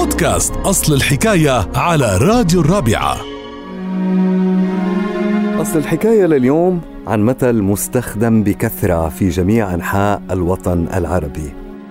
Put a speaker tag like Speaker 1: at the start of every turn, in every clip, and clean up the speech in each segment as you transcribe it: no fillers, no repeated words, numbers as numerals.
Speaker 1: بودكاست أصل الحكاية على راديو الرابعة.
Speaker 2: أصل الحكاية لليوم عن مثل مستخدم بكثرة في جميع أنحاء الوطن العربي،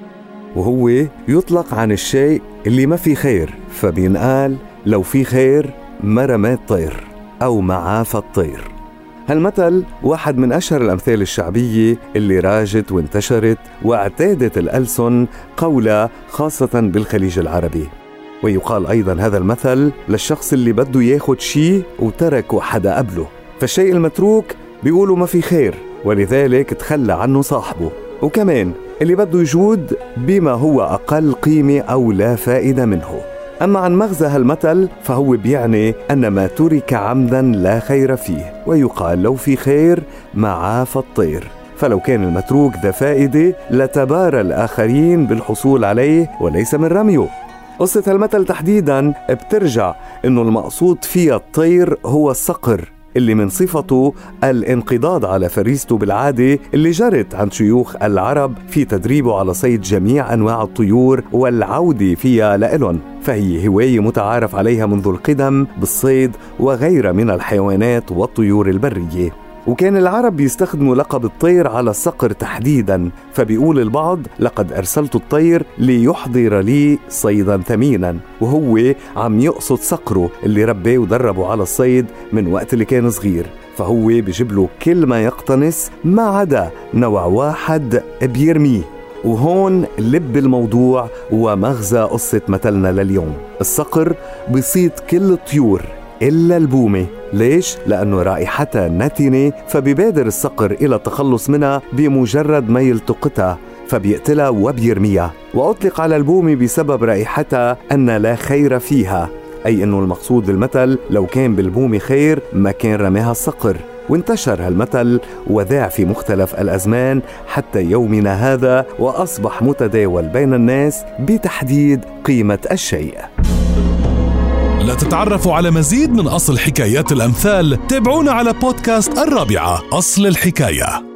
Speaker 2: وهو يطلق عن الشيء اللي ما في خير، فبينقال لو في خير ما رميت طير أو معافى الطير. هالمثل واحد من أشهر الأمثال الشعبية اللي راجت وانتشرت واعتادت الألسن قولها خاصة بالخليج العربي. ويقال أيضا هذا المثل للشخص اللي بده ياخد شيء وترك حدا قبله، فالشيء المتروك بيقولوا ما في خير ولذلك تخلى عنه صاحبه، وكمان اللي بده يجود بما هو أقل قيمة أو لا فائدة منه. أما عن مغزى هالمثل فهو بيعني أن ما ترك عمدا لا خير فيه، ويقال لو في خير معافى الطير، فلو كان المتروك ذا فائدة لتبارى الآخرين بالحصول عليه وليس من رميه. قصة هالمثل تحديدا بترجع إنه المقصود فيها الطير هو الصقر اللي من صفته الانقضاض على فريسته بالعادة اللي جرت عند شيوخ العرب في تدريبه على صيد جميع أنواع الطيور والعودة فيها لإلن، فهي هواية متعارف عليها منذ القدم بالصيد وغيرها من الحيوانات والطيور البرية. وكان العرب بيستخدموا لقب الطير على الصقر تحديدا، فبيقول البعض لقد أرسلت الطير ليحضر لي صيدا ثمينا، وهو عم يقصد صقره اللي ربيه ودربه على الصيد من وقت اللي كان صغير، فهو بيجيب له كل ما يقتنص ما عدا نوع واحد بيرميه. وهون لب الموضوع ومغزى قصة مثلنا لليوم. الصقر بيصيد كل الطيور إلا البومة. ليش؟ لأنه رائحتها نتنة، فبيبادر الصقر إلى التخلص منها بمجرد ما يلتقطها فبيقتلها وبيرميها. وأطلق على البومة بسبب رائحتها أن لا خير فيها، أي أنه المقصود بالمثل لو كان بالبومة خير ما كان رماها الصقر. وانتشر هالمثل وذاع في مختلف الأزمان حتى يومنا هذا، وأصبح متداول بين الناس بتحديد قيمة الشيء.
Speaker 1: لتتعرفوا على مزيد من أصل حكايات الأمثال تابعونا على بودكاست الرابعة أصل الحكاية.